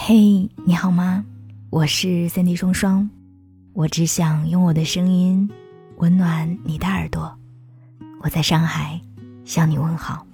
嘿，你好吗？我是Sandy双双，我只想用我的声音温暖你的耳朵。我在上海向你问好。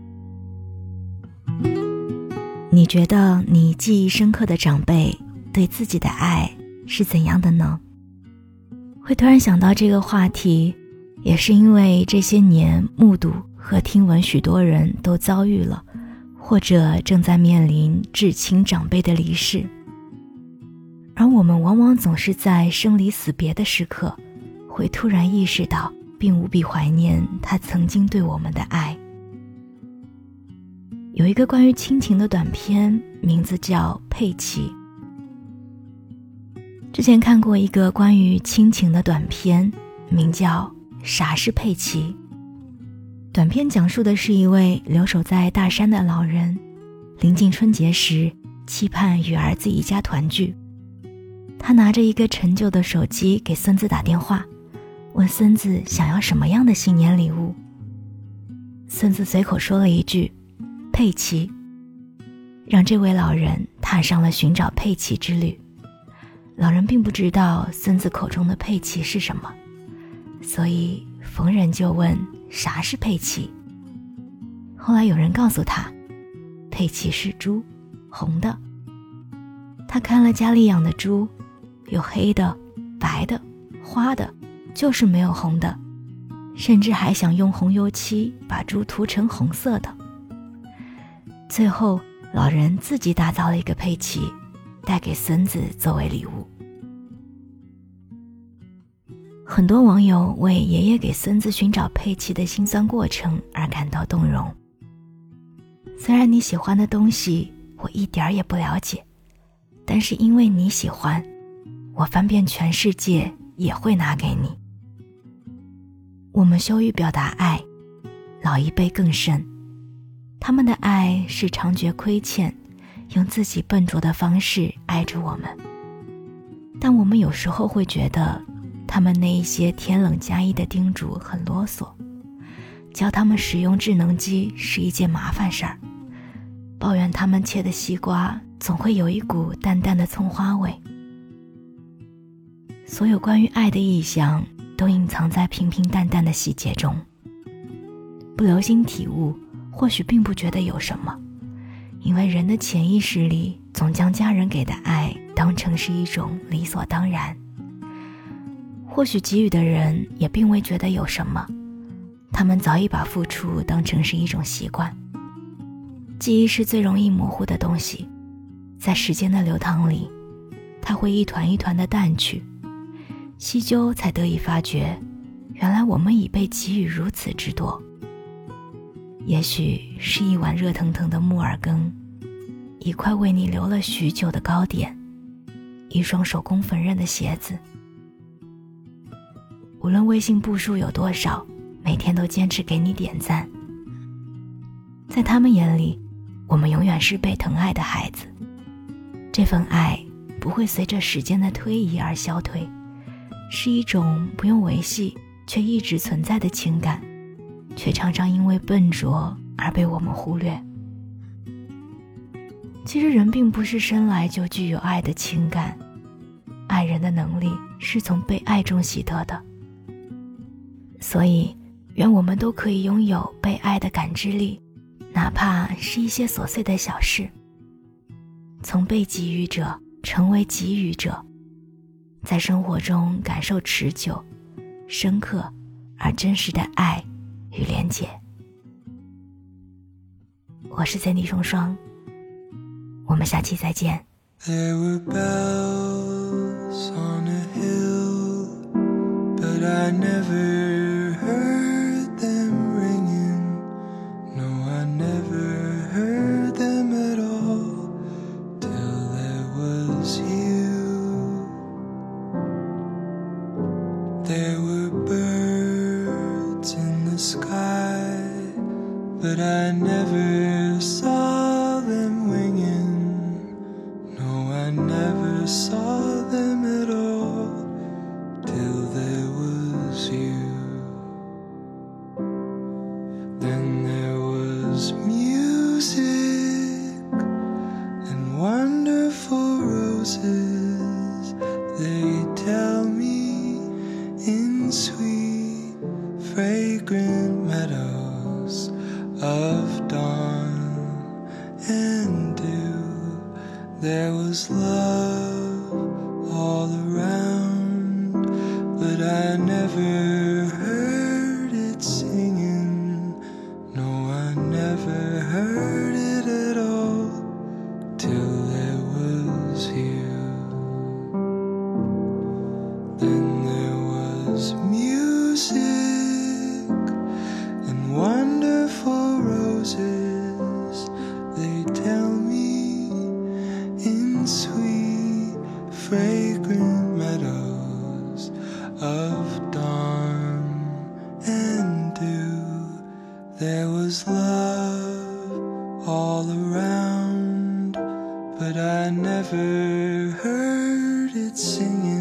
你觉得你记忆深刻的长辈对自己的爱是怎样的呢？会突然想到这个话题，也是因为这些年目睹和听闻许多人都遭遇了或者正在面临至亲长辈的离世，而我们往往总是在生离死别的时刻，会突然意识到并无比怀念他曾经对我们的爱。有一个关于亲情的短片，名字叫《佩奇》。之前看过一个关于亲情的短片，名叫《啥是佩奇》。短片讲述的是一位留守在大山的老人，临近春节时期盼与儿子一家团聚。他拿着一个陈旧的手机给孙子打电话，问孙子想要什么样的新年礼物。孙子随口说了一句佩奇，让这位老人踏上了寻找佩奇之旅。老人并不知道孙子口中的佩奇是什么，所以逢人就问啥是佩奇。后来有人告诉他，佩奇是猪，红的。他看了家里养的猪，有黑的、白的、花的，就是没有红的，甚至还想用红油漆把猪涂成红色的。最后老人自己打造了一个佩奇，带给孙子作为礼物。很多网友为爷爷给孙子寻找佩奇的辛酸过程而感到动容。虽然你喜欢的东西我一点儿也不了解，但是因为你喜欢，我翻遍全世界也会拿给你。我们羞于表达爱，老一辈更甚，他们的爱是常觉亏欠，用自己笨拙的方式爱着我们。但我们有时候会觉得他们那一些天冷加衣的叮嘱很啰嗦，教他们使用智能机是一件麻烦事儿，抱怨他们切的西瓜总会有一股淡淡的葱花味。所有关于爱的意象都隐藏在平平淡淡的细节中，不留心体悟或许并不觉得有什么，因为人的潜意识里总将家人给的爱当成是一种理所当然。或许给予的人也并未觉得有什么，他们早已把付出当成是一种习惯。记忆是最容易模糊的东西，在时间的流淌里，它会一团一团的淡去，细究才得以发觉，原来我们已被给予如此之多。也许是一碗热腾腾的木耳羹，一块为你留了许久的糕点，一双手工缝纫的鞋子。无论微信步数有多少，每天都坚持给你点赞。在他们眼里，我们永远是被疼爱的孩子。这份爱不会随着时间的推移而消退，是一种不用维系却一直存在的情感，却常常因为笨拙而被我们忽略。其实人并不是生来就具有爱的情感，爱人的能力是从被爱中习得的。所以愿我们都可以拥有被爱的感知力，哪怕是一些琐碎的小事，从被给予者成为给予者，在生活中感受持久、深刻而真实的爱与连结。我是Sandy双双，我们下期再见。 There were bells on a hill, but I never heard them ringing. No, I never heard them at all, till there was you. There were birds in the sky, but I never saw them winging. No, I never saw them at all, till there was you. There was love all around, but I never heard it singing. No, I never heard it at all till there was you. Then there was music and wonderful roses, they tell me, in sweet fragrant meadows of dawn and dew. There was love all around, but I never heard it singing.